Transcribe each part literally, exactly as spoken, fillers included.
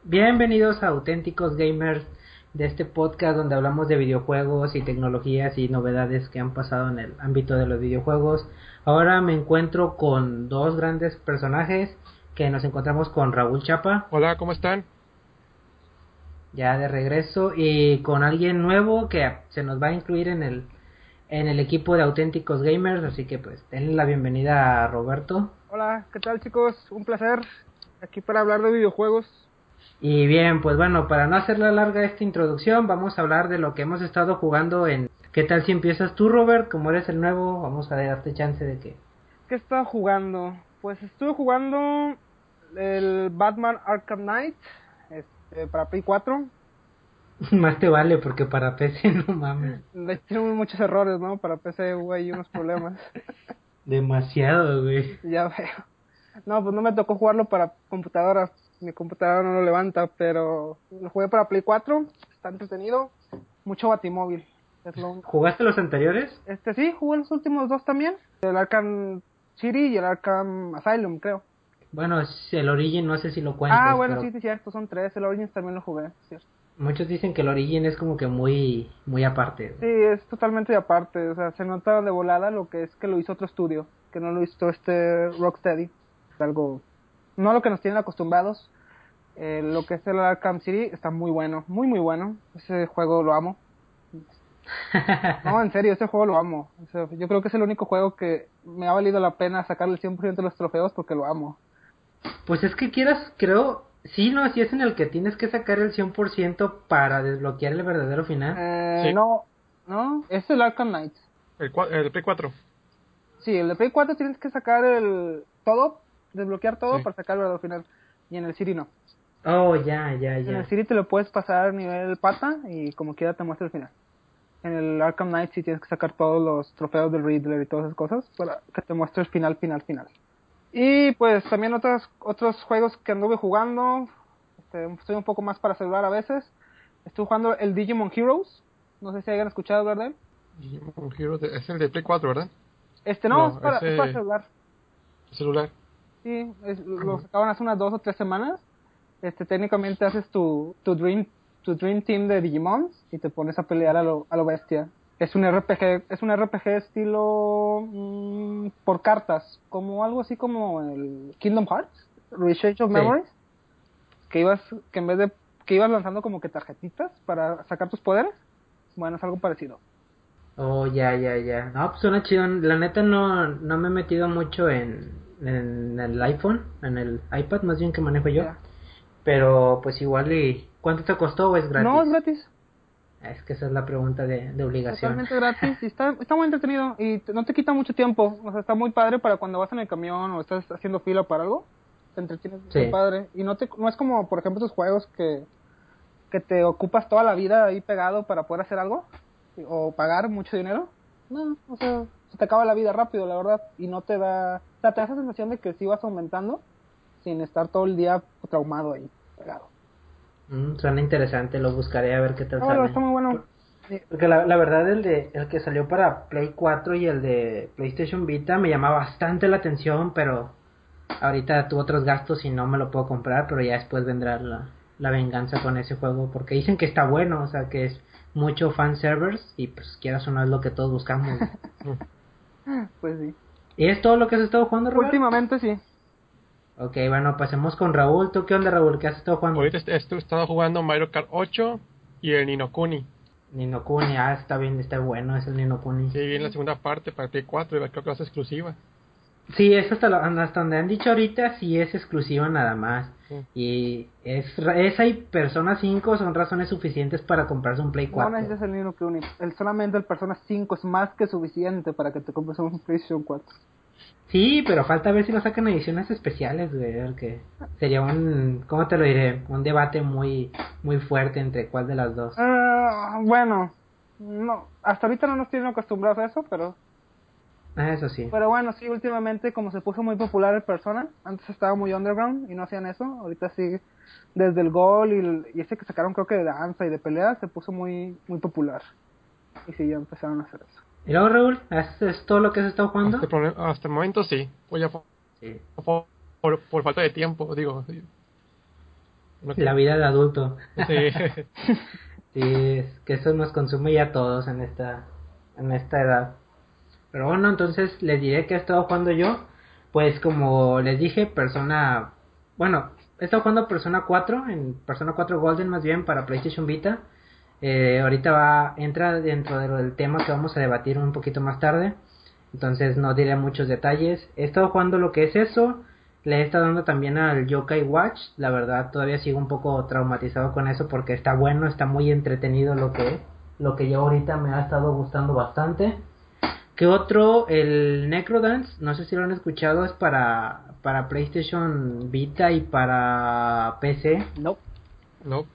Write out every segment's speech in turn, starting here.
Bienvenidos a Auténticos Gamers, de este podcast donde hablamos de videojuegos y tecnologías y novedades que han pasado en el ámbito de los videojuegos. Ahora me encuentro con dos grandes personajes, que nos encontramos con Raúl Chapa. Hola, ¿cómo están? Ya de regreso, y con alguien nuevo que se nos va a incluir en el en el equipo de Auténticos Gamers, así que pues denle la bienvenida a Roberto. Hola, ¿qué tal, chicos? Un placer aquí para hablar de videojuegos. Y bien, pues bueno, para no hacerla larga esta introducción, vamos a hablar de lo que hemos estado jugando en... ¿Qué tal si empiezas tú, Robert? Como eres el nuevo, vamos a darte chance de que... ¿Qué estaba jugando? Pues estuve jugando el Batman Arkham Knight este, para Play cuatro. Más te vale, porque para P C no mames. De hecho, tiene muchos errores, ¿no? Para P C hubo ahí unos problemas. Demasiado, güey. Ya veo. No, pues no me tocó jugarlo para computadora. Mi computadora no lo levanta, pero lo jugué para Play cuatro. Está entretenido. Mucho batimóvil. Es lo único. ¿Jugaste los anteriores? Este sí, jugué los últimos dos también. El Arkham City y el Arkham Asylum, creo. Bueno, el Origin no sé si lo cuentes, Ah, bueno, pero sí, sí, cierto, son tres. El Origins también lo jugué, cierto. muchos dicen que el Origin es como que muy muy aparte. Sí, es totalmente de aparte. O sea, se nota de volada lo que es que lo hizo otro estudio, que no lo hizo este Rocksteady. Algo, no lo que nos tienen acostumbrados. Eh, lo que es el Arkham City está muy bueno, muy, muy bueno. Ese juego lo amo. No, en serio, ese juego lo amo. O sea, yo creo que es el único juego que me ha valido la pena sacarle el cien por ciento de los trofeos porque lo amo. Pues es que quieras, creo, sí, no, sí es en el que tienes que sacar el cien por ciento para desbloquear el verdadero final. Eh, Sí, no, no, es el Arkham Knight. el, cua- el Play cuatro. Sí, el de Play cuatro tienes que sacar el todo, desbloquear todo Sí. para sacar el verdadero final. Y en el City no. Oh, ya, ya, En el ya. City te lo puedes pasar nivel pata y como quiera te muestra el final. En el Arkham Knight sí tienes que sacar todos los trofeos del Riddler y todas esas cosas para que te muestre el final, final, final. Y pues también otros, otros juegos que anduve jugando. Este, estoy un poco más para celular a veces. Estuve jugando el Digimon Heroes. No sé si hayan escuchado hablar de él. Digimon Hero de- es el de Play cuatro, ¿verdad? Este no, es No, para, es para ese celular. celular. Sí, es, lo sacaban hace unas dos o tres semanas. Este, técnicamente haces tu, tu Dream tu Dream Team de Digimon y te pones a pelear a lo, a lo bestia. Es un R P G, es un R P G estilo mmm, por cartas, como algo así como el Kingdom Hearts, Research of Sí. Memories, que ibas, que en vez de, que ibas lanzando como que tarjetitas para sacar tus poderes. Bueno, es algo parecido. Oh, ya, ya, ya. No, pues suena chido. La neta no, no me he metido mucho en, en el iPhone, en el iPad más bien que manejo yo. Ya. Pero pues igual y... ¿Cuánto te costó o es No, gratis? es gratis. Es que esa es la pregunta de, de obligación. Totalmente gratis y está, está muy entretenido y te- no te quita mucho tiempo. O sea, está muy padre para cuando vas en el camión o estás haciendo fila para algo. Te entretienes muy Sí. padre. Y no te no es como, por ejemplo, esos juegos que, que te ocupas toda la vida ahí pegado para poder hacer algo o pagar mucho dinero. No, o sea, se te acaba la vida rápido, la verdad. Y no te da... O sea, te da esa sensación de que sí vas aumentando sin estar todo el día traumado ahí, pegado. Mm, suena interesante, lo buscaré a ver qué tal Ah, bueno, sale. está muy bueno. Por- Sí. Porque la, la verdad el de el que salió para Play cuatro y el de PlayStation Vita me llama bastante la atención, pero ahorita tuve otros gastos y no me lo puedo comprar, pero ya después vendrá la, la venganza con ese juego, porque dicen que está bueno, o sea que es mucho fan servers y pues quieras o no es lo que todos buscamos. Mm. Pues sí. ¿Y es todo lo que has estado jugando, Robert? Últimamente sí. Ok, bueno, pasemos con Raúl. ¿Tú qué onda, Raúl? ¿Qué has estado jugando? Ahorita est- estu- estaba jugando Mario Kart ocho y el Ni no Kuni. Ni no Kuni, ah, está bien, está bueno, es el Ni no Kuni. Sí, viene la segunda parte para el Play cuatro y creo que va a ser exclusiva. Sí, es hasta, lo- hasta donde han dicho ahorita, sí es exclusiva nada más. Sí. Y es, ra- esa y Persona cinco son razones suficientes para comprarse un Play No cuatro. necesitas el Nino Kuni. El, solamente el Persona cinco es más que suficiente para que te compres un PlayStation cuatro. Sí, pero falta ver si lo sacan ediciones especiales, güey, porque sería un, ¿cómo te lo diré? Un debate muy, muy fuerte entre cuál de las dos. Ah, bueno, no, hasta ahorita no nos tienen acostumbrados a eso, pero Ah, eso sí. pero bueno, sí, últimamente como se puso muy popular el Persona, antes estaba muy underground y no hacían eso, ahorita sí, desde el Gol y, el- y ese que sacaron creo que de danza y de pelea, se puso muy muy popular. Y sí, ya empezaron a hacer eso. Y luego, Raúl, ¿es, es todo lo que has estado Hasta jugando? el, prole- hasta el momento sí. Pues ya por, Sí. por, por falta de tiempo, digo. Sí. No que- La vida de adulto. Sí. Sí, es que eso nos consume ya a todos en esta, en esta edad. Pero bueno, entonces les diré que he estado jugando yo. Pues como les dije, Persona... Bueno, he estado jugando Persona cuatro, en Persona cuatro Golden más bien, para PlayStation Vita. Eh, ahorita va, entra dentro de lo del tema que vamos a debatir un poquito más tarde. Entonces no diré muchos detalles. He estado jugando lo que es eso. Le he estado dando también al Yokai Watch. La verdad todavía sigo un poco traumatizado con eso porque está bueno, está muy entretenido lo que lo que yo ahorita me ha estado gustando bastante. ¿Qué otro? El Necrodance, no sé si lo han escuchado, es para para PlayStation Vita y para P C. No. No.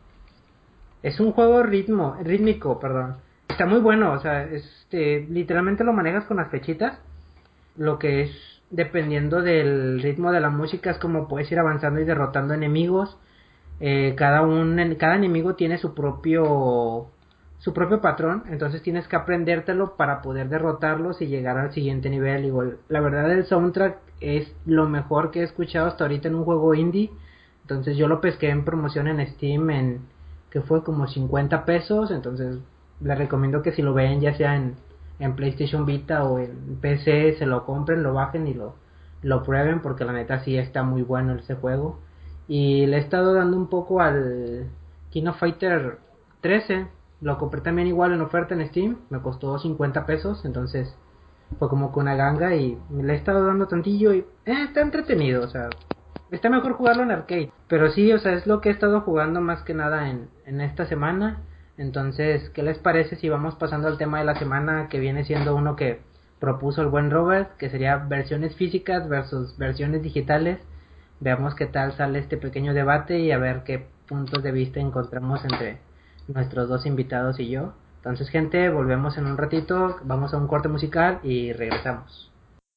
Es un juego ritmo, rítmico, perdón. Está muy bueno, o sea, este, literalmente lo manejas con las flechitas. Lo que es, dependiendo del ritmo de la música, es como puedes ir avanzando y derrotando enemigos. Eh, cada un cada enemigo tiene su propio su propio patrón, entonces tienes que aprendértelo para poder derrotarlos y llegar al siguiente nivel. Igual, la verdad, el soundtrack es lo mejor que he escuchado hasta ahorita en un juego indie. Entonces yo lo pesqué en promoción en Steam en que fue como cincuenta pesos. Entonces les recomiendo que si lo ven, ya sea en, en PlayStation Vita o en P C, se lo compren, lo bajen y lo, lo prueben, porque la neta sí está muy bueno ese juego. Y le he estado dando un poco al King of Fighter trece. Lo compré también igual en oferta en Steam. Me costó cincuenta pesos. Entonces fue como que una ganga. Y le he estado dando tantillo. Y eh, está entretenido. O sea, está mejor jugarlo en arcade. Pero sí, o sea, es lo que he estado jugando más que nada en, en esta semana. Entonces, ¿qué les parece si vamos pasando al tema de la semana, que viene siendo uno que propuso el buen Robert, que sería versiones físicas versus versiones digitales? Veamos qué tal sale este pequeño debate y a ver qué puntos de vista encontramos entre nuestros dos invitados y yo. Entonces, gente, volvemos en un ratito, vamos a un corte musical y regresamos.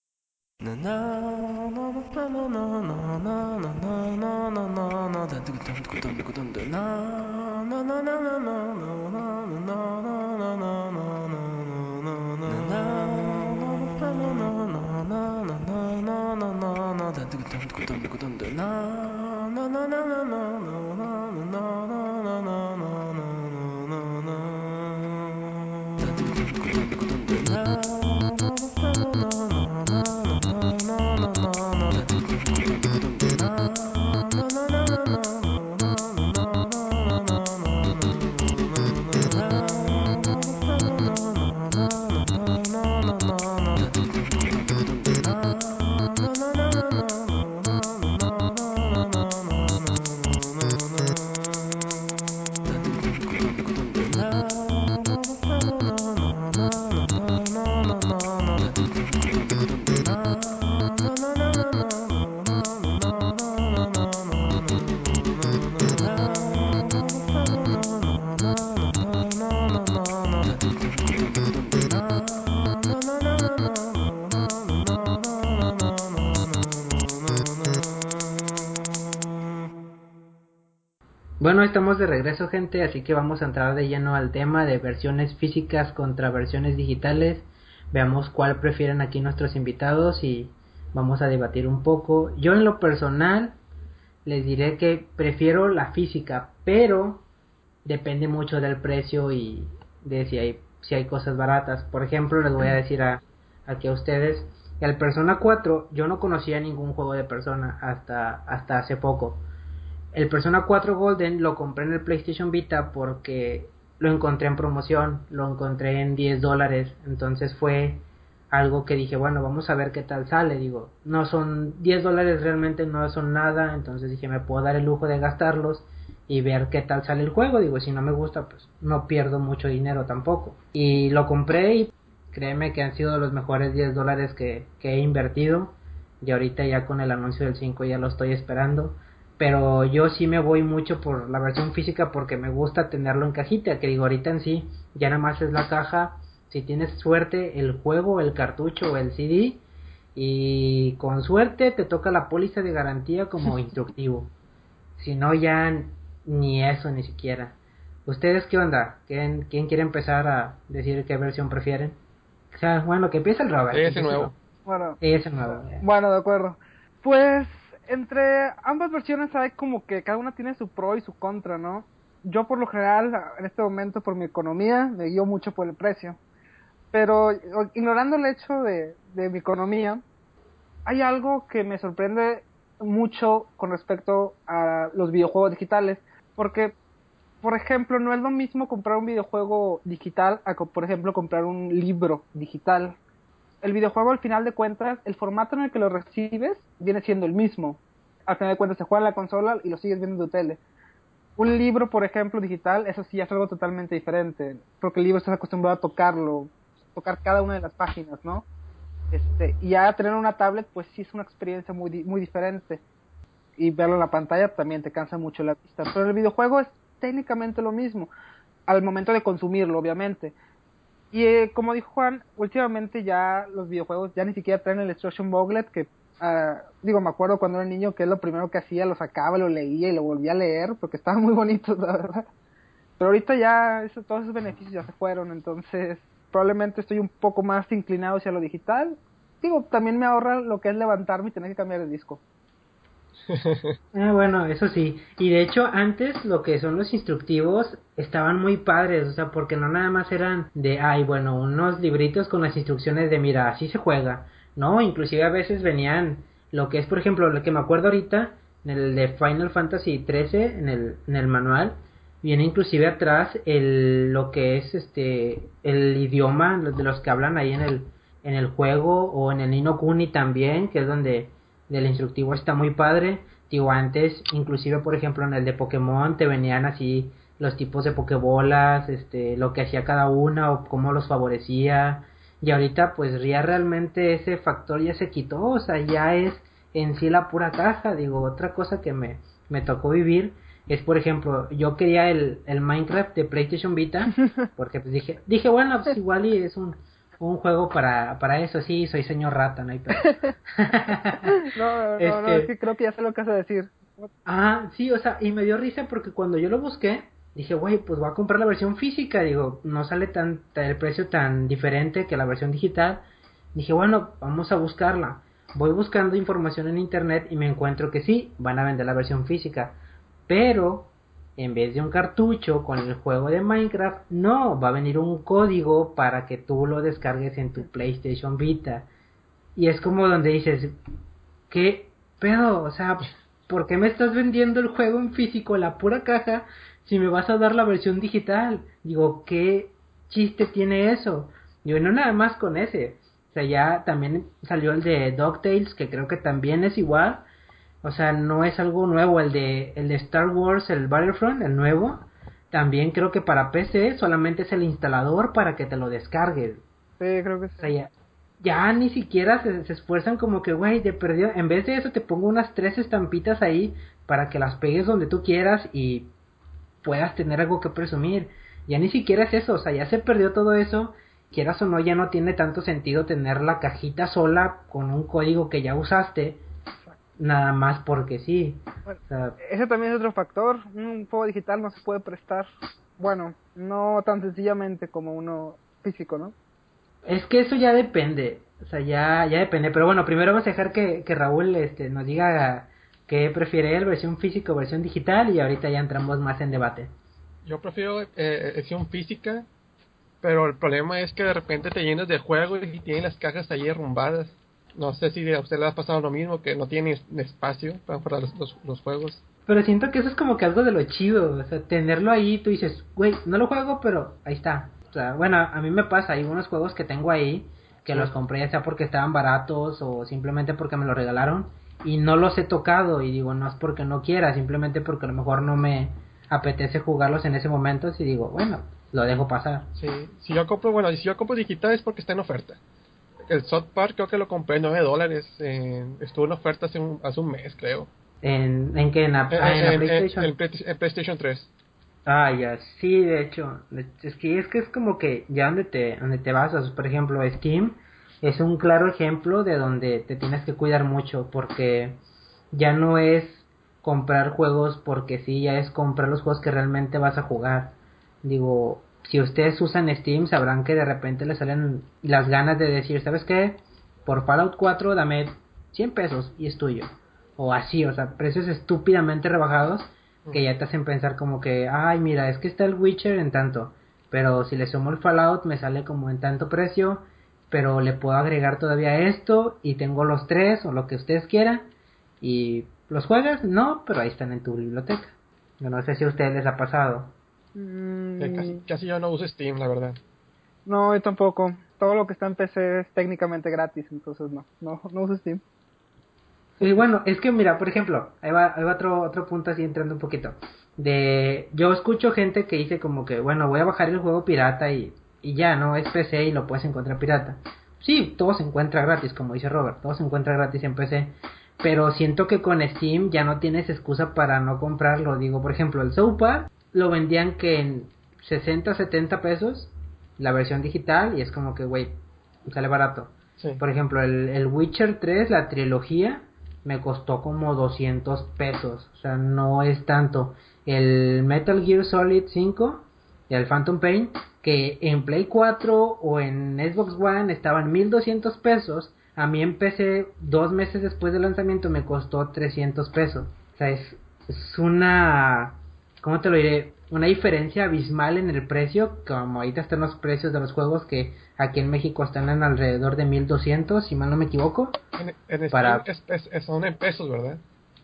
Bueno, estamos de regreso, gente, así que vamos a entrar de lleno al tema de versiones físicas contra versiones digitales. Veamos cuál prefieren aquí nuestros invitados y vamos a debatir un poco. Yo en lo personal les diré que prefiero la física, pero depende mucho del precio y de si hay si hay cosas baratas. Por ejemplo, les voy a decir a aquí a ustedes, el Persona cuatro, yo no conocía ningún juego de Persona hasta hasta hace poco. El Persona cuatro Golden lo compré en el PlayStation Vita porque lo encontré en promoción, lo encontré en diez dólares, entonces fue algo que dije, bueno, vamos a ver qué tal sale. Digo, no son diez dólares, realmente no son nada, entonces dije, me puedo dar el lujo de gastarlos y ver qué tal sale el juego. Digo, si no me gusta, pues no pierdo mucho dinero tampoco. Y lo compré y créeme que han sido los mejores diez dólares que, que he invertido. Y ahorita ya con el anuncio del cinco ya lo estoy esperando. Pero yo sí me voy mucho por la versión física porque me gusta tenerlo en cajita, que digo, ahorita en sí ya nada más es la caja, si tienes suerte el juego, el cartucho o el C D, y con suerte te toca la póliza de garantía como instructivo. Si no, ya ni eso, ni siquiera. ¿Ustedes qué onda? ¿Quién, quién quiere empezar a decir qué versión prefieren? O sea, bueno, que empiece el Robert. Ese nuevo. Bueno, Ese nuevo. bueno, de acuerdo. Pues entre ambas versiones hay como que cada una tiene su pro y su contra, ¿no? Yo por lo general, en este momento, por mi economía, me guío mucho por el precio. Pero ignorando el hecho de, de mi economía, hay algo que me sorprende mucho con respecto a los videojuegos digitales. Porque, por ejemplo, no es lo mismo comprar un videojuego digital a, por ejemplo, comprar un libro digital. El videojuego, al final de cuentas, el formato en el que lo recibes viene siendo el mismo. Al final de cuentas, se juega en la consola y lo sigues viendo en tu tele. Un libro, por ejemplo, digital, eso sí es algo totalmente diferente, porque el libro estás acostumbrado a tocarlo, tocar cada una de las páginas, ¿no? Este, y ya tener una tablet, pues sí es una experiencia muy muy diferente. Y verlo en la pantalla también te cansa mucho la vista. Pero el videojuego es técnicamente lo mismo, al momento de consumirlo, obviamente. Y eh, como dijo Juan, últimamente ya los videojuegos ya ni siquiera traen el instruction booklet, que uh, digo, me acuerdo cuando era niño que es lo primero que hacía, lo sacaba, lo leía y lo volvía a leer, porque estaban muy bonitos, la verdad. Pero ahorita ya eso, todos esos beneficios ya se fueron, entonces probablemente estoy un poco más inclinado hacia lo digital. Digo, también me ahorra lo que es levantarme y tener que cambiar el disco. Ah, bueno, eso sí. Y de hecho, antes lo que son los instructivos estaban muy padres, o sea, porque no nada más eran de, ay, bueno, unos libritos con las instrucciones de, mira, así se juega. No, inclusive a veces venían lo que es, por ejemplo, lo que me acuerdo ahorita, en el de Final Fantasy trece, en el, en el manual, viene inclusive atrás el, lo que es este, el idioma de los que hablan ahí en el, en el juego, o en el Ni no Kuni también, que es donde del instructivo está muy padre. Digo, antes, inclusive por ejemplo en el de Pokémon te venían así los tipos de Pokébolas, este, lo que hacía cada una o cómo los favorecía. Y ahorita pues ya realmente ese factor ya se quitó, o sea, ya es en sí la pura caja. Digo, otra cosa que me, me tocó vivir es, por ejemplo, yo quería el, el Minecraft de PlayStation Vita, porque pues dije, dije bueno, pues igual y es un un juego para para eso, sí, soy señor rata, no hay pedo. no, no, no, es este, que creo que ya sé lo que vas a decir. ah, sí, o sea, y me dio risa porque cuando yo lo busqué, dije, güey, pues voy a comprar la versión física, digo, no sale tan, tan el precio tan diferente que la versión digital. Dije, bueno, vamos a buscarla. Voy buscando información en internet y me encuentro que sí, van a vender la versión física, pero en vez de un cartucho con el juego de Minecraft, no, va a venir un código para que tú lo descargues en tu PlayStation Vita. Y es como donde dices, ¿qué pedo? O sea, ¿por qué me estás vendiendo el juego en físico, la pura caja, si me vas a dar la versión digital? Digo, ¿qué chiste tiene eso? Digo, no nada más con ese. O sea, ya también salió el de DuckTales, que creo que también es igual. O sea, no es algo nuevo. El de, el de Star Wars, el Battlefront, el nuevo. También creo que para P C solamente es el instalador para que te lo descargues. Sí, creo que O sea, sí. ya, ya ni siquiera se, se esfuerzan como que, güey, te perdió. En vez de eso te pongo unas tres estampitas ahí para que las pegues donde tú quieras y puedas tener algo que presumir. Ya ni siquiera es eso, o sea, ya se perdió todo eso. Quieras o no, ya no tiene tanto sentido tener la cajita sola con un código que ya usaste, nada más porque sí. Bueno, O sea, ese también es otro factor. Un juego digital no se puede prestar. Bueno, no tan sencillamente como uno físico, ¿no? es que eso ya depende, o sea, ya, ya depende. Pero bueno, primero vamos a dejar que, que Raúl este, nos diga qué prefiere él, versión física o versión digital, y ahorita ya entramos más en debate. Yo prefiero eh, edición física, pero el problema es que de repente te llenas de juegos y tienen las cajas ahí arrumbadas. No sé si a usted le ha pasado lo mismo, que no tiene espacio para guardar los, los, los juegos. Pero siento que eso es como que algo de lo chido, o sea, tenerlo ahí, tú dices, güey, no lo juego, pero ahí está. O sea, bueno, a mí me pasa, hay unos juegos que tengo ahí, que Sí. los compré ya sea porque estaban baratos o simplemente porque me los regalaron, y no los he tocado, y digo, no es porque no quiera, simplemente porque a lo mejor no me apetece jugarlos en ese momento, y digo, bueno, lo dejo pasar. Sí, si yo compro, bueno, si yo compro digital es porque está en oferta. El South Park creo que lo compré en nueve dólares, en- estuvo en oferta hace un, hace un mes, creo. ¿En, en qué? ¿En la, En, ah, en la en, en, PlayStation? en Play- en PlayStation tres. Ah, ya, sí, de hecho, es que es que es como que ya donde te, donde te basas, por ejemplo, Steam es un claro ejemplo de donde te tienes que cuidar mucho, porque ya no es comprar juegos porque sí, ya es comprar los juegos que realmente vas a jugar. Digo, si ustedes usan Steam sabrán que de repente les salen las ganas de decir, ¿sabes qué? Por Fallout cuatro dame cien pesos y es tuyo. o así, o sea, precios estúpidamente rebajados que ya te hacen pensar como que, ay, mira, es que está el Witcher en tanto, pero si le sumo el Fallout me sale como en tanto precio, pero le puedo agregar todavía esto y tengo los tres o lo que ustedes quieran y los juegas, no, pero ahí están en tu biblioteca. Yo no sé si a ustedes les ha pasado. Que casi, casi yo no uso Steam, la verdad. No, yo tampoco. Todo lo que está en P C es técnicamente gratis, entonces no, no, no uso Steam. Y bueno, es que mira, por ejemplo, ahí va, ahí va otro, otro punto así entrando un poquito. De, yo escucho gente que dice como que, bueno, voy a bajar el juego pirata y, y ya, ¿no? Es P C y lo puedes encontrar pirata. Sí, todo se encuentra gratis, como dice Robert, todo se encuentra gratis en P C. Pero siento que con Steam ya no tienes excusa para no comprarlo. Digo, por ejemplo, el South Park lo vendían que en sesenta, setenta pesos la versión digital y es como que, güey, sale barato. Sí. Por ejemplo, el, el Witcher tres, la trilogía, me costó como doscientos pesos. O sea, no es tanto. El Metal Gear Solid cinco y el Phantom Pain, que en Play cuatro o en Xbox One estaban mil doscientos pesos, a mí en P C dos meses después del lanzamiento me costó trescientos pesos. O sea, es, es una... ¿Cómo te lo diré? Una diferencia abismal en el precio, como ahorita están los precios de los juegos que aquí en México están en alrededor de mil doscientos, si mal no me equivoco. En, en para... Steam es, es, son en pesos, ¿verdad?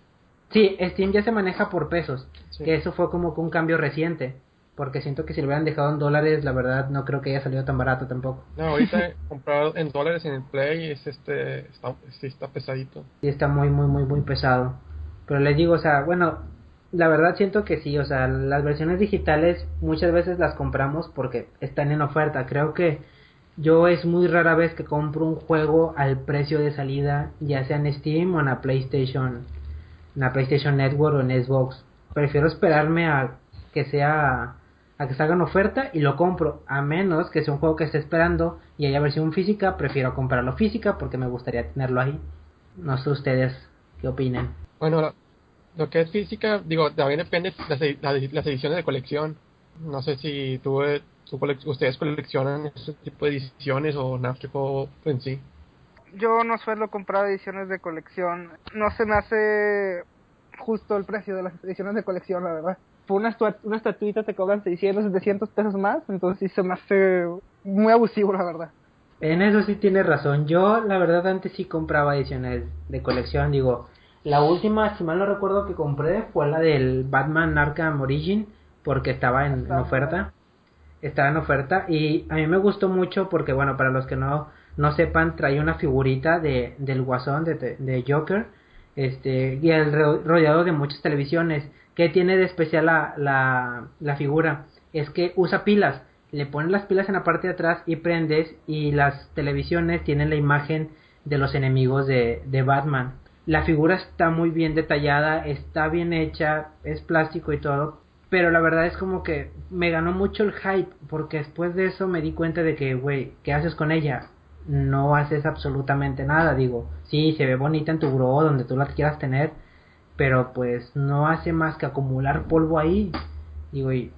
Sí, Steam ya se maneja por pesos, Sí. que eso fue como que un cambio reciente, porque siento que si lo hubieran dejado en dólares, la verdad no creo que haya salido tan barato tampoco. No, ahorita comprado en dólares en el Play es este, está, sí está pesadito. Sí, está muy, muy, muy, muy pesado. Pero les digo, o sea, bueno, la verdad siento que sí, o sea, las versiones digitales muchas veces las compramos porque están en oferta. Creo que yo es muy rara vez que compro un juego al precio de salida, ya sea en Steam o en la PlayStation, en la PlayStation Network o en Xbox. Prefiero esperarme a que sea a que salga en oferta y lo compro, a menos que sea un juego que esté esperando y haya versión física, prefiero comprarlo física porque me gustaría tenerlo ahí. No sé ustedes qué opinen. Bueno, lo, lo que es física, digo, también depende de las, las, las ediciones de colección. No sé si tú, eh, tú colec- ustedes coleccionan ese tipo de ediciones o nada, tipo en sí. Yo no suelo comprar ediciones de colección. No se me hace justo el precio de las ediciones de colección, la verdad. Por una, estua- una estatuita te cobran seiscientos, setecientos pesos más, entonces sí se me hace muy abusivo, la verdad. En eso sí tienes razón. Yo, la verdad, antes sí compraba ediciones de colección. Digo, la última, si mal no recuerdo, que compré fue la del Batman Arkham Origin, porque estaba en, en Está muy bueno. oferta. Estaba en oferta y a mí me gustó mucho porque, bueno, para los que no, no sepan, trae una figurita de, del Guasón, de, de Joker, este, y el ro- rodeado de muchas televisiones. ¿Qué tiene de especial la, la, la figura? Es que usa pilas. Le pones las pilas en la parte de atrás y prendes y las televisiones tienen la imagen de los enemigos de, de Batman. La figura está muy bien detallada, está bien hecha, es plástico y todo, pero la verdad es como que me ganó mucho el hype, porque después de eso me di cuenta de que, güey, ¿qué haces con ella? No haces absolutamente nada, digo, sí, se ve bonita en tu buró, donde tú la quieras tener, pero pues no hace más que acumular polvo ahí, digo, y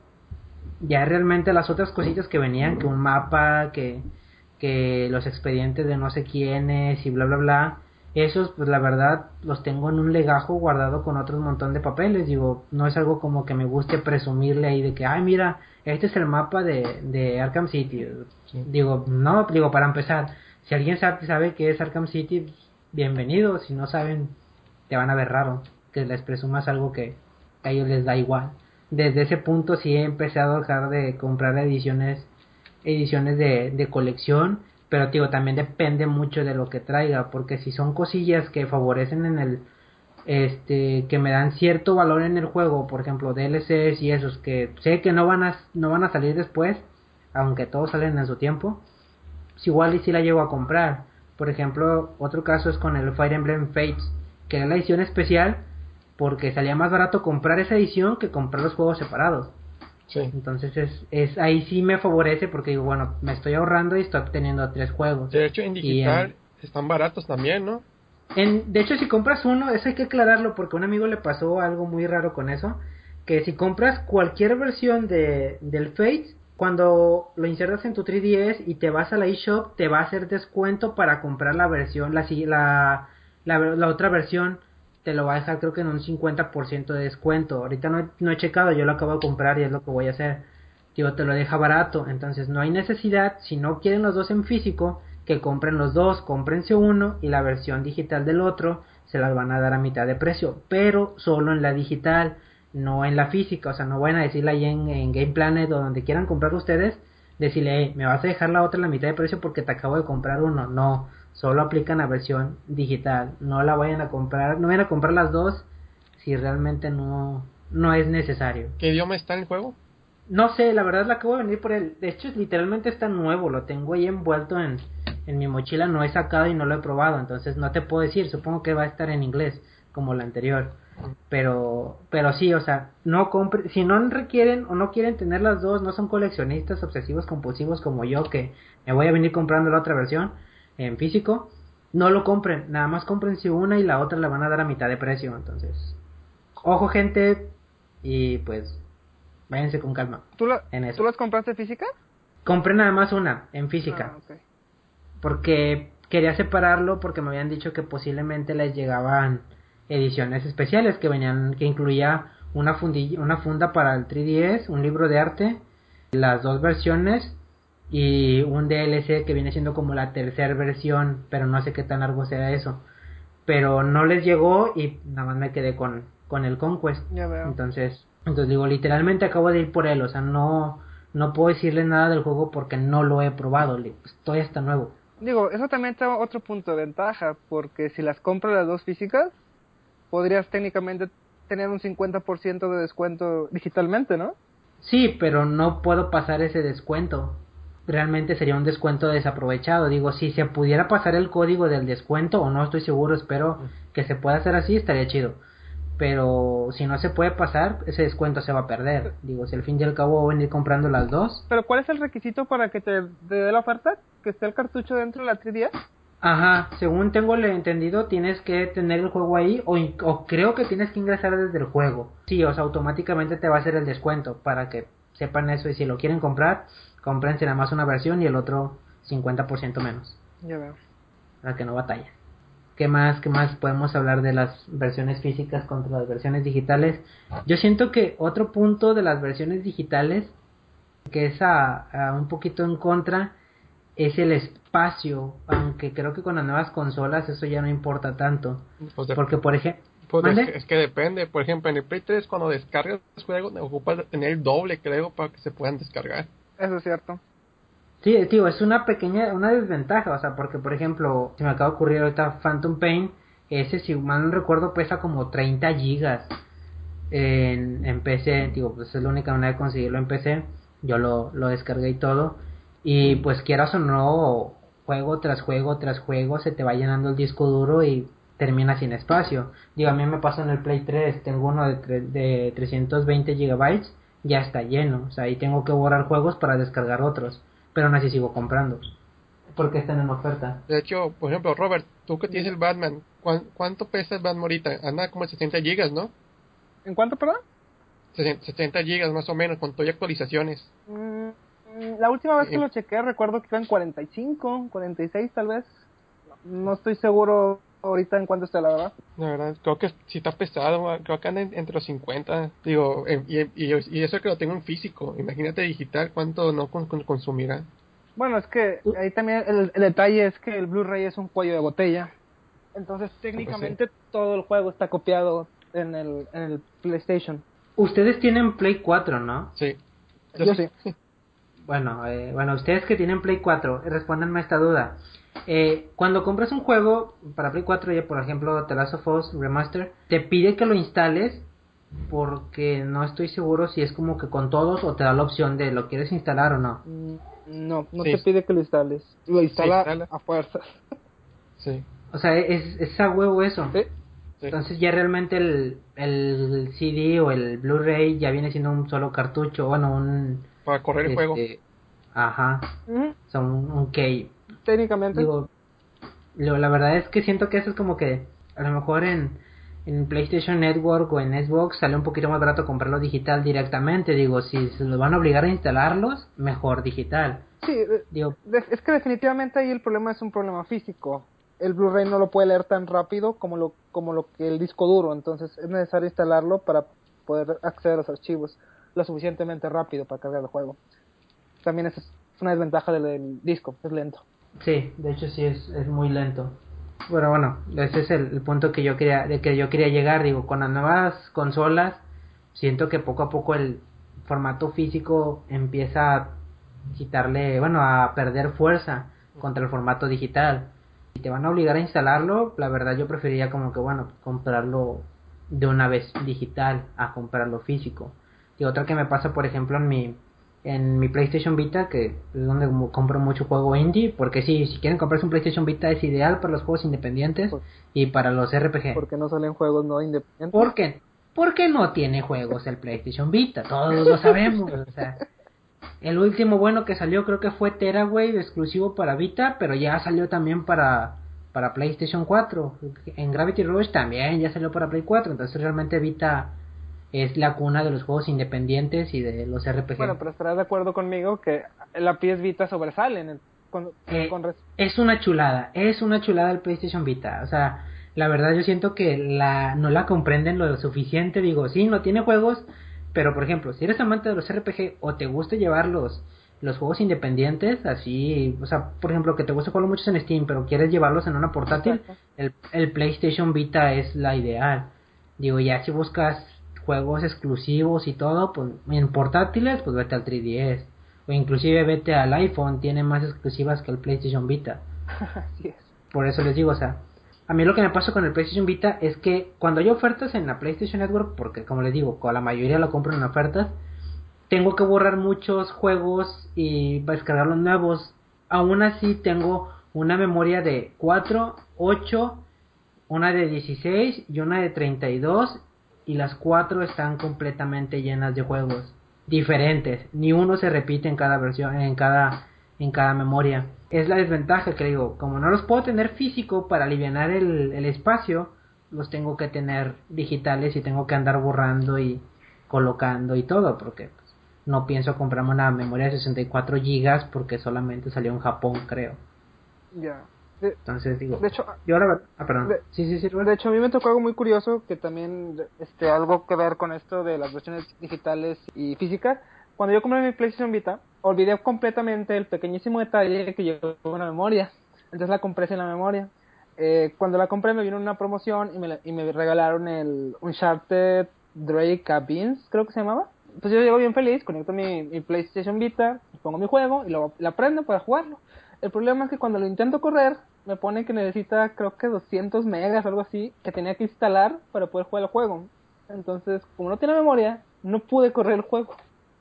ya realmente las otras cositas que venían, que un mapa, que, que los expedientes de no sé quiénes y bla bla bla, esos pues la verdad los tengo en un legajo guardado con otro montón de papeles, digo, no es algo como que me guste presumirle ahí de que, ay mira, este es el mapa de, de Arkham City, Sí. digo, no, digo, para empezar, si alguien sabe, sabe que es Arkham City, pues, bienvenido, si no saben, te van a ver raro, que les presumas algo que a ellos les da igual. Desde ese punto sí he empezado a dejar de comprar ediciones ediciones de, de colección, pero digo, también depende mucho de lo que traiga, porque si son cosillas que favorecen en el este que me dan cierto valor en el juego, por ejemplo D L Cs y esos que sé que no van a no van a salir después, aunque todos salen en su tiempo, pues igual y si la llego a comprar. Por ejemplo, otro caso es con el Fire Emblem Fates, que era la edición especial porque salía más barato comprar esa edición que comprar los juegos separados. Sí. Entonces es, es ahí sí me favorece porque digo, bueno, me estoy ahorrando y estoy obteniendo tres juegos. De hecho, en Y digital en, están baratos también, ¿no? en, de hecho, si compras uno, eso hay que aclararlo porque a un amigo le pasó algo muy raro con eso, que si compras cualquier versión de del Fate, cuando lo insertas en tu tres D S y te vas a la eShop, te va a hacer descuento para comprar la versión, la, la, la, la otra versión te lo va a dejar creo que en un cincuenta por ciento de descuento. Ahorita no, no he checado, yo lo acabo de comprar y es lo que voy a hacer. Digo, te lo deja barato, entonces no hay necesidad, si no quieren los dos en físico, que compren los dos, cómprense uno y la versión digital del otro se las van a dar a mitad de precio, pero solo en la digital, no en la física. O sea, no vayan a decirle ahí en, en Game Planet o donde quieran comprar ustedes, decirle, hey, me vas a dejar la otra a la mitad de precio porque te acabo de comprar uno. No, solo aplican la versión digital, no la vayan a comprar, no vayan a comprar las dos si realmente no, no es necesario. ¿Qué idioma está en el juego? No sé, la verdad la acabo de venir por él. De hecho, literalmente está nuevo. Lo tengo ahí envuelto en, en mi mochila. No he sacado y no lo he probado. Entonces no te puedo decir. Supongo que va a estar en inglés, como la anterior. Pero pero sí, o sea, no compre, si no requieren o no quieren tener las dos, no son coleccionistas obsesivos compulsivos como yo, que me voy a venir comprando la otra versión en físico. No lo compren. Nada más cómprense una y la otra la van a dar a mitad de precio. Entonces, ojo, gente. Y pues váyanse con calma. ¿Tú, la, en eso. ¿Tú las compraste físicas? Compré nada más una, en física. Ah, okay. Porque quería separarlo porque me habían dicho que posiblemente les llegaban ediciones especiales que venían, que incluía una fundilla, una funda para el tres D S, un libro de arte, las dos versiones y un D L C que viene siendo como la tercera versión, pero no sé qué tan largo sea eso. Pero no les llegó y nada más me quedé con, con el Conquest. Ya veo. Entonces, entonces digo, literalmente acabo de ir por él, o sea, no, no puedo decirle nada del juego porque no lo he probado, estoy hasta nuevo. Digo, eso también está otro punto de ventaja, porque si las compras las dos físicas, podrías técnicamente tener un cincuenta por ciento de descuento digitalmente, ¿no? Sí, pero no puedo pasar ese descuento. Realmente sería un descuento desaprovechado. Digo, si se pudiera pasar el código del descuento, o no estoy seguro, espero que se pueda hacer así, estaría chido. Pero si no se puede pasar, ese descuento se va a perder. Digo, si al fin y al cabo voy a venir comprando las dos. Pero ¿cuál es el requisito para que te, te dé la oferta? ¿Que esté el cartucho dentro de la tres D S? Ajá, según tengo le entendido, tienes que tener el juego ahí o, o creo que tienes que ingresar desde el juego. Sí, o sea, automáticamente te va a hacer el descuento para que sepan eso y si lo quieren comprar, cómprense nada más una versión y el otro cincuenta por ciento menos. Ya veo. Para que no batallen. ¿Qué más, qué más podemos hablar de las versiones físicas contra las versiones digitales? Yo siento que otro punto de las versiones digitales, que es a, a un poquito en contra, es el espacio, aunque creo que con las nuevas consolas eso ya no importa tanto. Pues de, porque, por ejemplo... pues es, que, es que depende. Por ejemplo, en el Play tres, cuando descargas los juegos, ocupas tener el doble, creo, para que se puedan descargar. Eso es cierto. Sí, tío, es una pequeña, una desventaja, o sea, porque, por ejemplo, se me acaba de ocurrir ahorita Phantom Pain, ese, si mal no recuerdo, pesa como treinta gigas en, en P C, digo, pues es la única manera de conseguirlo en P C, yo lo, lo descargué y todo, y pues quieras o no, juego tras juego tras juego, se te va llenando el disco duro y termina sin espacio. Digo, a mí me pasó en el Play tres, tengo uno de, tre- de trescientos veinte gigabytes, ya está lleno, o sea, ahí tengo que borrar juegos para descargar otros, pero aún así sigo comprando, porque están en oferta. De hecho, por ejemplo, Robert, tú que tienes el Batman, ¿cuán, ¿cuánto pesa el Batman ahorita? Anda como sesenta gigas, ¿no? ¿En cuánto, perdón? sesenta gigas más o menos, con todo y actualizaciones. Mm, la última vez que Eh, lo chequeé recuerdo que iba en cuarenta y cinco, cuarenta y seis tal vez. No estoy seguro ahorita en cuánto está, la verdad. La verdad, creo que sí está pesado, creo que anda en- entre los cincuenta. Digo, eh, y, y, y eso que lo tengo en físico. Imagínate digital, ¿cuánto no con, con- consumirá? Bueno, es que ahí también el, el detalle es que el Blu-ray es un cuello de botella. Entonces técnicamente Pues todo el juego está copiado en el, en el PlayStation. Ustedes tienen Play cuatro, ¿no? sí. Sí. Yo sí. Bueno, eh, bueno, ustedes que tienen Play cuatro, respóndanme a esta duda. Eh, cuando compras un juego para Play cuatro, ya por ejemplo The Last of Us Remaster, te pide que lo instales porque no estoy seguro si es como que con todos o te da la opción de lo quieres instalar o no. Mm, No, no Sí. te pide que lo instales. Lo instala, instala. a fuerzas. Sí. O sea, es, es a huevo eso. Sí. Sí. Entonces ya realmente el, el C D o el Blu-ray ya viene siendo un solo cartucho, bueno, un... Para correr el juego. Este, ajá, Ujú. o sea, un, un key. Técnicamente. Digo, lo, la verdad es que siento que eso es como que a lo mejor en, en PlayStation Network o en Xbox sale un poquito más barato comprarlo digital directamente. Digo, si se los van a obligar a instalarlos, mejor digital. Sí, eh, Digo, de- es que definitivamente ahí el problema es un problema físico. el Blu-ray no lo puede leer tan rápido como lo como lo que el disco duro, entonces es necesario instalarlo para poder acceder a los archivos lo suficientemente rápido para cargar el juego. También esa es una desventaja del, del disco, es lento. Sí, de hecho sí es, es muy lento. Pero bueno, ese es el, el punto que yo quería de que yo quería llegar, digo, con las nuevas consolas siento que poco a poco el formato físico empieza a quitarle, bueno, a perder fuerza contra el formato digital. Si te van a obligar a instalarlo, la verdad yo preferiría como que, bueno, comprarlo de una vez digital a comprarlo físico. Y otra que me pasa, por ejemplo, en mi en mi PlayStation Vita, que es donde compro mucho juego indie, porque sí, si quieren comprarse un PlayStation Vita es ideal para los juegos independientes Por, y para los R P G. Porque no salen juegos no independientes. ¿Por qué? Porque no tiene juegos el PlayStation Vita, todos lo sabemos, o sea, el último bueno que salió creo que fue Terawave, exclusivo para Vita, pero ya salió también para para PlayStation cuatro. En Gravity Rush también ya salió para Play cuatro, entonces realmente Vita es la cuna de los juegos independientes y de los R P G. Bueno, pero estarás de acuerdo conmigo que la P S Vita sobresale en el, con, eh, con res... es una chulada, es una chulada el PlayStation Vita, o sea, la verdad yo siento que la no la comprenden lo suficiente, digo, sí, no tiene juegos, pero por ejemplo, si eres amante de los R P G o te gusta llevar los, los juegos independientes, así, o sea, por ejemplo, que te gusta jugarlo muchos en Steam, pero quieres llevarlos en una portátil, el, el PlayStation Vita es la ideal. Digo, ya si buscas juegos exclusivos y todo, pues en portátiles, pues vete al tres D S. O inclusive vete al iPhone, tiene más exclusivas que el PlayStation Vita. Así es. Por eso les digo, o sea, a mí lo que me pasa con el PlayStation Vita es que cuando hay ofertas en la PlayStation Network, porque como les digo, con la mayoría lo compro en ofertas, tengo que borrar muchos juegos y descargar los nuevos. Aún así tengo una memoria de cuatro, ocho, una de dieciséis y una de treinta y dos, y las cuatro están completamente llenas de juegos diferentes, ni uno se repite en cada versión, en cada en cada memoria. Es la desventaja que digo, como no los puedo tener físico para alivianar el, el espacio, los tengo que tener digitales y tengo que andar borrando y colocando y todo, porque pues, no pienso comprarme una memoria de sesenta y cuatro gigas porque solamente salió en Japón, creo. Ya. De, Entonces digo, de hecho, yo la verdad, ah, perdón. de, sí, sí, sí, de hecho a mí me tocó algo muy curioso que también este algo que ver con esto de las versiones digitales y físicas. Cuando yo compré mi PlayStation Vita, olvidé completamente el pequeñísimo detalle que llevaba una memoria. Entonces la compré sin la memoria. Eh, cuando la compré me vino una promoción y me, y me regalaron el Uncharted Drake Cabins, creo que se llamaba. Pues yo llego bien feliz, conecto mi, mi PlayStation Vita, pongo mi juego y lo, la prendo para jugarlo. El problema es que cuando lo intento correr, me pone que necesita creo que doscientos megas o algo así, que tenía que instalar para poder jugar el juego. Entonces, como no tiene memoria, no pude correr el juego.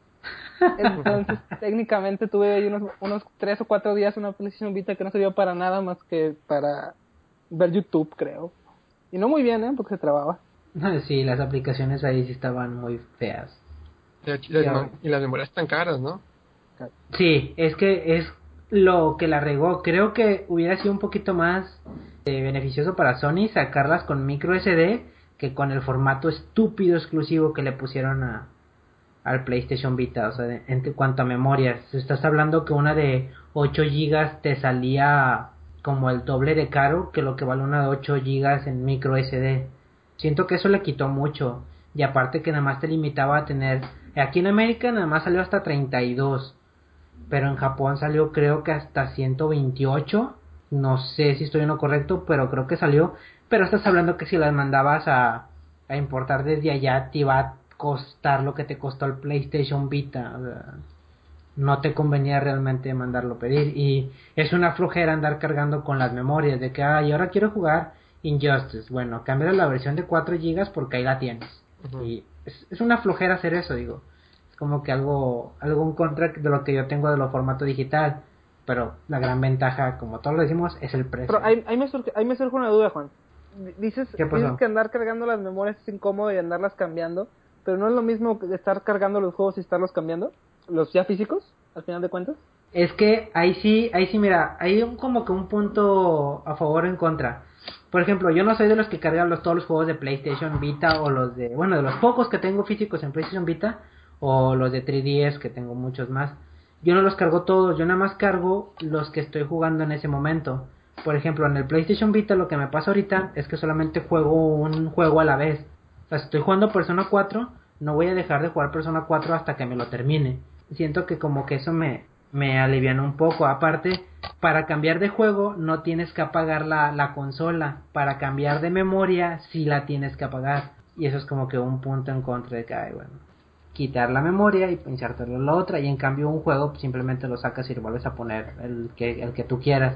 Entonces, técnicamente tuve ahí unos, unos tres o cuatro días una PlayStation Vita que no sirvió para nada más que para ver YouTube, creo. Y no muy bien, ¿eh? Porque se trababa. Sí, las aplicaciones ahí sí estaban muy feas. De hecho, y, las, y las memorias están caras, ¿no? Sí, es que es lo que la regó. Creo que hubiera sido un poquito más eh, beneficioso para Sony sacarlas con micro S D que con el formato estúpido exclusivo que le pusieron a al PlayStation Vita. O sea, de, en cuanto a memorias, estás hablando que una de ocho gigas te salía como el doble de caro que lo que vale una de ocho gigas en micro S D. Siento que eso le quitó mucho. Y aparte que nada más te limitaba a tener... Aquí en América nada más salió hasta treinta y dos. Pero en Japón salió creo que hasta ciento veintiocho. No sé si estoy en lo correcto, pero creo que salió. Pero estás hablando que si las mandabas a, a importar desde allá te iba a costar lo que te costó el PlayStation Vita. O sea, no te convenía realmente mandarlo pedir. Y es una flojera andar cargando con las memorias de que, ay, ahora quiero jugar Injustice. Bueno, cambia la versión de cuatro gigas porque ahí la tienes. Uh-huh. Y es, es una flojera hacer eso, digo. Es como que algo, algo en contra de lo que yo tengo de lo formato digital. Pero la gran ventaja, como todos lo decimos, es el precio. Pero ahí, ahí, me, surge, ahí me surge una duda, Juan. Dices, dices que andar cargando las memorias es incómodo y andarlas cambiando, pero no es lo mismo que estar cargando los juegos y estarlos cambiando, los ya físicos, al final de cuentas. Es que ahí sí, ahí sí, mira, hay un, como que un punto a favor o en contra. Por ejemplo, yo no soy de los que cargan los, todos los juegos de PlayStation Vita o los de, bueno, de los pocos que tengo físicos en PlayStation Vita o los de tres D S que tengo muchos más. Yo no los cargo todos, yo nada más cargo los que estoy jugando en ese momento. por ejemplo, en el PlayStation Vita lo que me pasa ahorita es que solamente juego un juego a la vez. O sea, si estoy jugando Persona cuatro, no voy a dejar de jugar Persona cuatro hasta que me lo termine. Siento que como que eso me, me aliviana un poco. Aparte, para cambiar de juego no tienes que apagar la, la consola. Para cambiar de memoria sí la tienes que apagar. Y eso es como que un punto en contra de que, ay, bueno, quitar la memoria y insertarlo en la otra. Y en cambio un juego pues, simplemente lo sacas y lo vuelves a poner el que, el que tú quieras.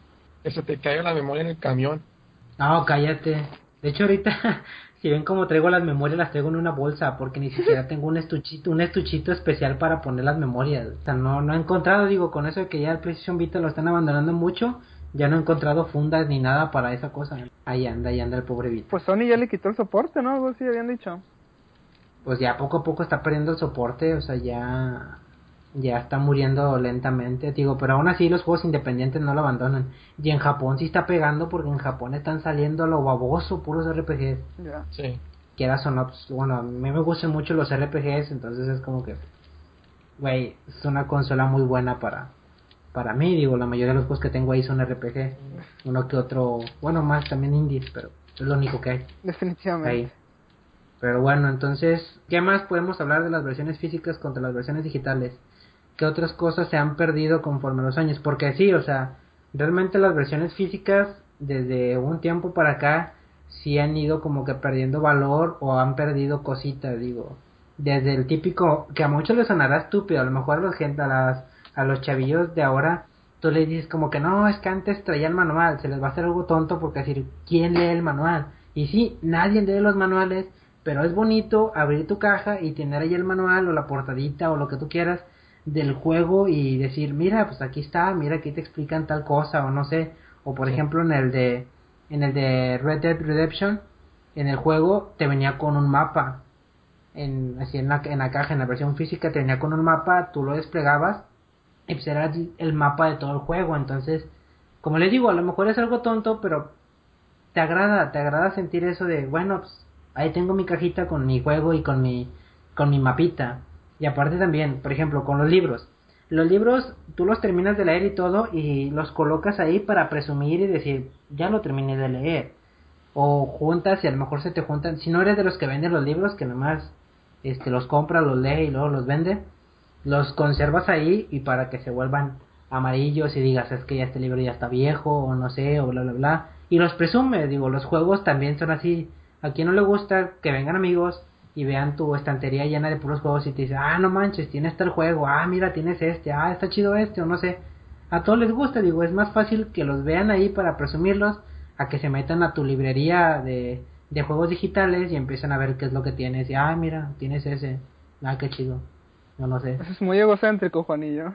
Eso te cae la memoria en el camión. No, cállate. De hecho, ahorita, si ven cómo traigo las memorias, las traigo en una bolsa, porque ni siquiera tengo un estuchito, un estuchito especial para poner las memorias. O sea, no, no he encontrado, digo, con eso de que ya el PlayStation Vita lo están abandonando mucho, ya no he encontrado fundas ni nada para esa cosa. Ahí anda, ahí anda el pobre Vita. Pues Sony ya le quitó el soporte, ¿no? Algo así habían dicho. Pues ya poco a poco está perdiendo el soporte, o sea, ya ya está muriendo lentamente, digo, pero aún así los juegos independientes no lo abandonan. Y en Japón sí está pegando porque en Japón están saliendo lo baboso, puros R P Gs. Ya. Sí. Quieras o no, pues, bueno, a mí me gustan mucho los R P Gs, entonces es como que, güey, es una consola muy buena para para mí, digo, la mayoría de los juegos que tengo ahí son R P G, uno que otro, bueno, más también indies, pero es lo único que hay Definitivamente. ahí. Pero bueno, entonces, ¿qué más podemos hablar de las versiones físicas contra las versiones digitales? ¿Qué otras cosas se han perdido conforme los años? Porque sí, o sea, realmente las versiones físicas desde un tiempo para acá sí han ido como que perdiendo valor o han perdido cositas, digo. Desde el típico, que a muchos les sonará estúpido, a lo mejor a los, gente, a, las, a los chavillos de ahora, tú les dices como que no, es que antes traían manual, se les va a hacer algo tonto porque decir, ¿quién lee el manual? Y sí, nadie lee los manuales, pero es bonito abrir tu caja y tener ahí el manual o la portadita o lo que tú quieras del juego y decir, mira, pues aquí está, mira, aquí te explican tal cosa o no sé, o por Sí. ejemplo en el de en el de Red Dead Redemption, en el juego te venía con un mapa, en así en la, en la caja, en la versión física te venía con un mapa, tú lo desplegabas y pues era el mapa de todo el juego, entonces, como les digo, a lo mejor es algo tonto, pero te agrada, te agrada sentir eso de, bueno, pues ahí tengo mi cajita con mi juego y con mi con mi mapita. Y aparte también, por ejemplo, con los libros. Los libros tú los terminas de leer y todo y los colocas ahí para presumir y decir, ya lo terminé de leer. O juntas y a lo mejor se te juntan, si no eres de los que venden los libros, que nomás este los compra, los lee y luego los vende, los conservas ahí y para que se vuelvan amarillos y digas es que ya este libro ya está viejo o no sé o bla bla bla y los presume, digo, los juegos también son así. A quien no le gusta que vengan amigos y vean tu estantería llena de puros juegos y te dicen, ah, no manches, tienes tal juego, ah, mira, tienes este, ah, está chido este o no sé. A todos les gusta, digo, es más fácil que los vean ahí para presumirlos a que se metan a tu librería de, de juegos digitales y empiecen a ver qué es lo que tienes y, ah, mira, tienes ese, ah, qué chido. No, no sé. Eso es muy egocéntrico, Juanillo.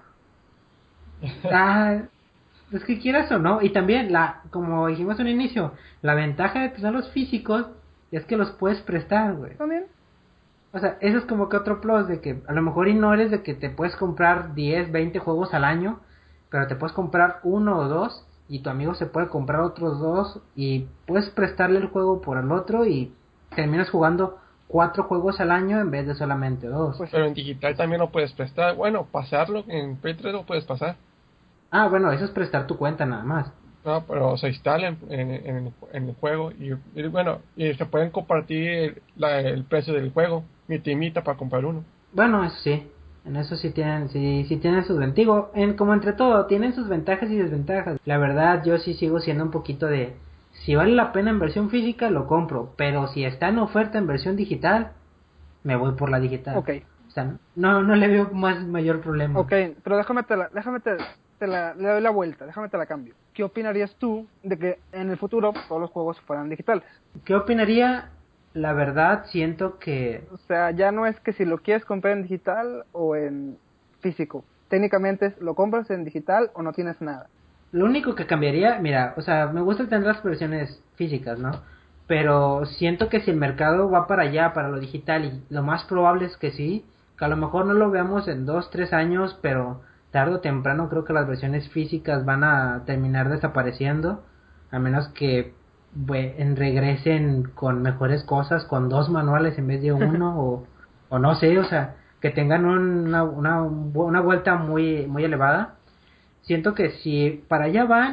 Ah, es que quieras o no, y también la, como dijimos en un inicio, la ventaja de tener los físicos es que los puedes prestar, güey. ¿También? O sea, eso es como que otro plus de que a lo mejor y no eres de que te puedes comprar diez, veinte juegos al año, pero te puedes comprar uno o dos y tu amigo se puede comprar otros dos y puedes prestarle el juego por el otro y terminas jugando cuatro juegos al año en vez de solamente dos. Pues Pero en digital también lo puedes prestar. Bueno, pasarlo en Play tres lo puedes pasar. Ah, bueno, eso es prestar tu cuenta nada más. No, pero se instala en, en, en el, en el juego y, y bueno, y se pueden compartir el, la, el precio del juego, mitad y mitad para comprar uno. Bueno, eso sí, en eso sí tienen, sí, sí tienen sus ventajas. Digo, en, como entre todo, tienen sus ventajas y desventajas. La verdad, yo sí sigo siendo un poquito de, si vale la pena en versión física, lo compro, pero si está en oferta en versión digital, me voy por la digital. Ok. O sea, no, no le veo más mayor problema. Ok, pero déjame te la, déjame te, te la, le doy la vuelta, déjame te la cambio. ¿Qué opinarías tú de que en el futuro todos los juegos fueran digitales? ¿Qué opinaría? La verdad, siento que O sea, ya no es que si lo quieres comprar en digital o en físico. Técnicamente es lo compras en digital o no tienes nada. lo único que cambiaría, mira, o sea, me gusta tener las versiones físicas, ¿no? Pero siento que si el mercado va para allá, para lo digital, y lo más probable es que sí, que a lo mejor no lo veamos en dos, tres años, pero tarde o temprano creo que las versiones físicas van a terminar desapareciendo, a menos que bue- en- regresen con mejores cosas, con dos manuales en vez de uno, o, o no sé, o sea, que tengan una, una, una vuelta muy, muy elevada. Siento que si para allá van,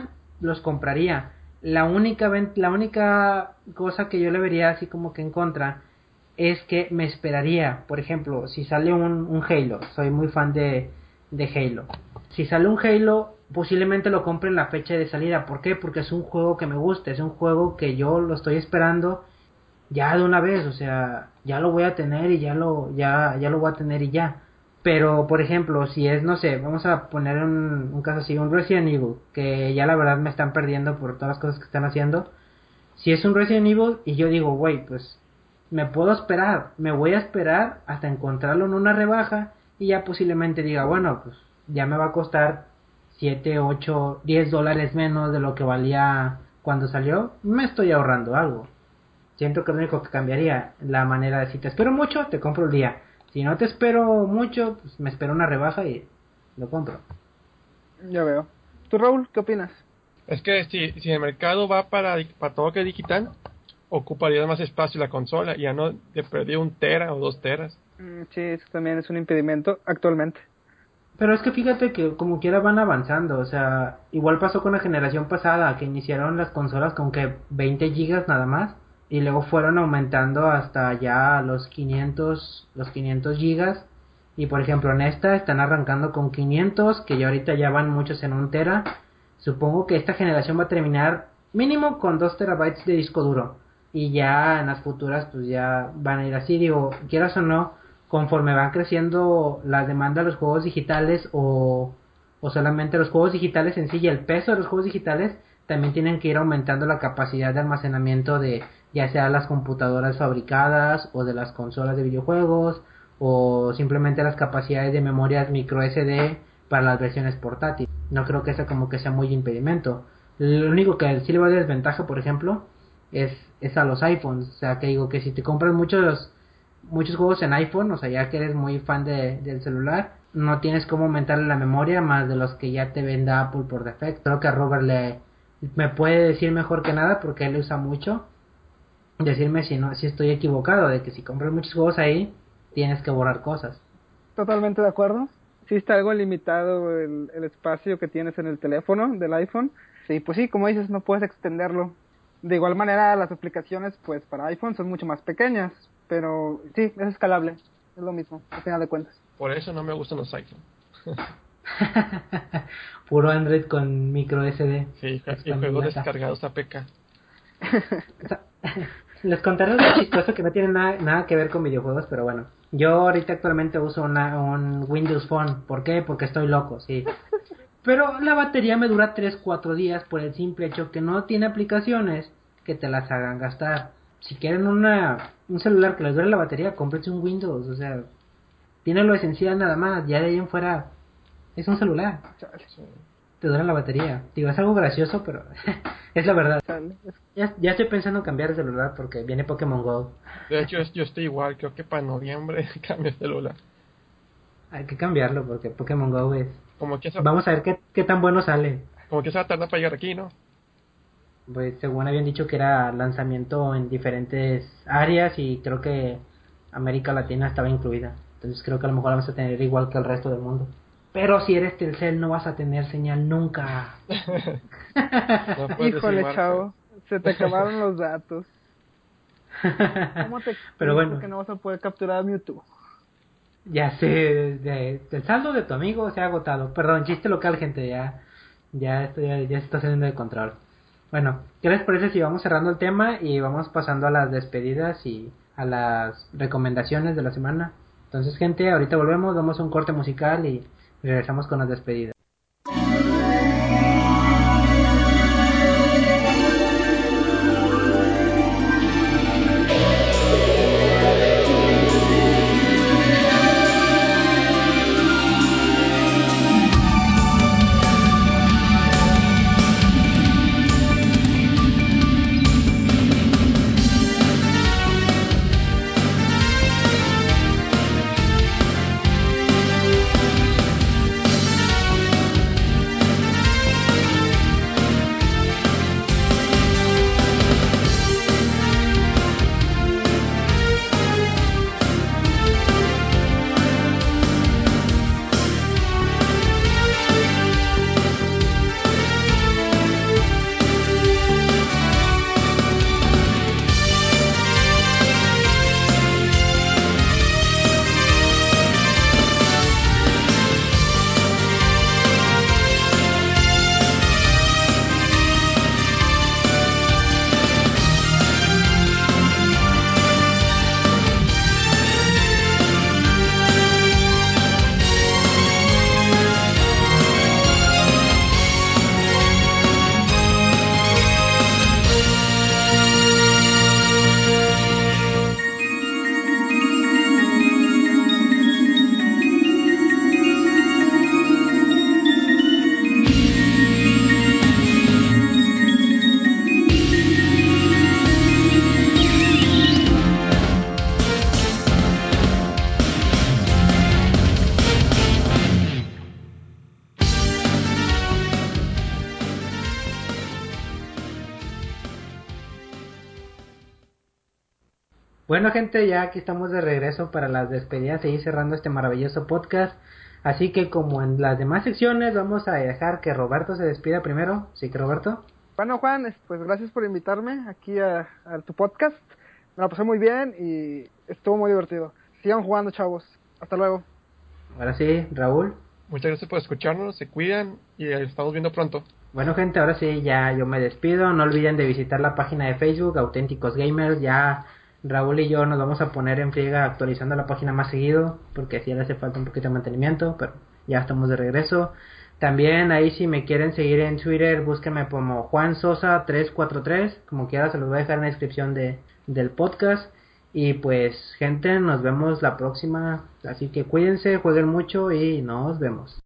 los compraría. La única la única cosa que yo le vería así como que en contra es que me esperaría. Por ejemplo, si sale un, un Halo, soy muy fan de, de Halo. Si sale un Halo, posiblemente lo compre en la fecha de salida. ¿Por qué? Porque es un juego que me gusta, es un juego que yo lo estoy esperando ya de una vez, o sea, ya lo voy a tener y ya lo ya ya lo voy a tener y ya. Pero, por ejemplo, si es, no sé, vamos a poner un, un caso así, un Resident Evil, que ya la verdad me están perdiendo por todas las cosas que están haciendo. Si es un Resident Evil y yo digo, güey, pues me puedo esperar, me voy a esperar hasta encontrarlo en una rebaja y ya posiblemente diga, bueno, pues ya me va a costar siete ocho diez dólares menos de lo que valía cuando salió, me estoy ahorrando algo. Siento que es lo único que cambiaría la manera de si te espero mucho, te compro el día. Si no te espero mucho, pues me espero una rebaja y lo compro. Ya veo. ¿Tú, Raúl, qué opinas? Es que si, si el mercado va para, para todo que es digital, ocuparía más espacio la consola y ya no de perder un tera o dos teras. Mm, sí, eso también es un impedimento actualmente. Pero es que fíjate que como quiera van avanzando, o sea, igual pasó con la generación pasada, que iniciaron las consolas con que veinte gigas nada más, y luego fueron aumentando hasta ya los quinientos, los quinientos gigas, y por ejemplo en esta están arrancando con quinientos, que ya ahorita ya van muchos en un tera. Supongo que esta generación va a terminar mínimo con dos terabytes de disco duro, y ya en las futuras pues ya van a ir así, digo, quieras o no, conforme van creciendo la demanda de los juegos digitales o, o solamente los juegos digitales en sí y el peso de los juegos digitales, también tienen que ir aumentando la capacidad de almacenamiento de ya sea las computadoras fabricadas o de las consolas de videojuegos o simplemente las capacidades de memorias micro S D para las versiones portátiles. No creo que eso como que sea muy impedimento. Lo único que sí le va a dar desventaja, por ejemplo, es, es a los iPhones. O sea, que digo que si te compras muchos muchos juegos en iPhone, o sea, ya que eres muy fan de, del celular, no tienes cómo aumentarle la memoria más de los que ya te venda Apple por defecto. Creo que a Robert le me puede decir mejor que nada porque él usa mucho. Decirme si no si estoy equivocado de que si compras muchos juegos ahí tienes que borrar cosas. Totalmente de acuerdo. Sí está algo limitado el, el espacio que tienes en el teléfono del iPhone. Sí, pues sí, como dices, no puedes extenderlo. De igual manera, las aplicaciones, pues para iPhone son mucho más pequeñas, pero sí, es escalable. Es lo mismo, al final de cuentas. Por eso no me gustan los iPhone. Puro Android con micro S D. Sí, y juegos descargados A P K. Les contaré algo chistoso que no tiene nada, nada que ver con videojuegos, pero bueno. Yo ahorita actualmente uso una, un Windows Phone. ¿Por qué? Porque estoy loco, sí. Pero la batería me dura tres cuatro días por el simple hecho que no tiene aplicaciones que te las hagan gastar. Si quieren una, un celular que les dure la batería, cómprense un Windows. O sea, tiene lo esencial nada más. Ya de ahí en fuera es un celular. Sí. Te dura la batería. Digo, es algo gracioso, pero es la verdad. Ya, ya estoy pensando en cambiar de celular porque viene Pokémon Go. De hecho, yo estoy igual. Creo que para noviembre cambio de celular. Hay que cambiarlo porque Pokémon Go es... Como que esa, Vamos a ver qué, qué tan bueno sale. como que se va a tardar para llegar aquí, ¿no? Pues según habían dicho que era lanzamiento en diferentes áreas y creo que América Latina estaba incluida. Entonces creo que a lo mejor la vamos a tener igual que el resto del mundo. Pero si eres Telcel no vas a tener señal nunca. No puedes Híjole, decir marca. chavo, se te acabaron los datos. ¿Cómo te Pero explico bueno, que no vas a poder capturar a Mewtwo? ya sé, de, el saldo de tu amigo se ha agotado. Perdón, chiste local, gente, ya ya estoy, ya se está saliendo de control. Bueno, ¿qué les parece si vamos cerrando el tema y vamos pasando a las despedidas y a las recomendaciones de la semana? Entonces, gente, ahorita volvemos, damos un corte musical y regresamos con las despedidas. Bueno, gente, ya aquí estamos de regreso para las despedidas, seguir cerrando este maravilloso podcast. Así que como en las demás secciones, vamos a dejar que Roberto se despida primero. ¿Sí que Roberto? Bueno, Juan, pues gracias por invitarme aquí a, a tu podcast. Me la pasé muy bien y estuvo muy divertido. Sigan jugando, chavos. Hasta luego. Ahora sí, Raúl. Muchas gracias por escucharnos, se cuidan y estamos viendo pronto. Bueno, gente, ahora sí, ya yo me despido. No olviden de visitar la página de Facebook, Auténticos Gamers. Ya Raúl y yo nos vamos a poner en friega actualizando la página más seguido, porque así le hace falta un poquito de mantenimiento, pero ya estamos de regreso. También ahí si me quieren seguir en Twitter, búsquenme como Juan Sosa tres cuatro tres, como quiera se los voy a dejar en la descripción de, del podcast. Y pues gente, nos vemos la próxima, así que cuídense, jueguen mucho y nos vemos.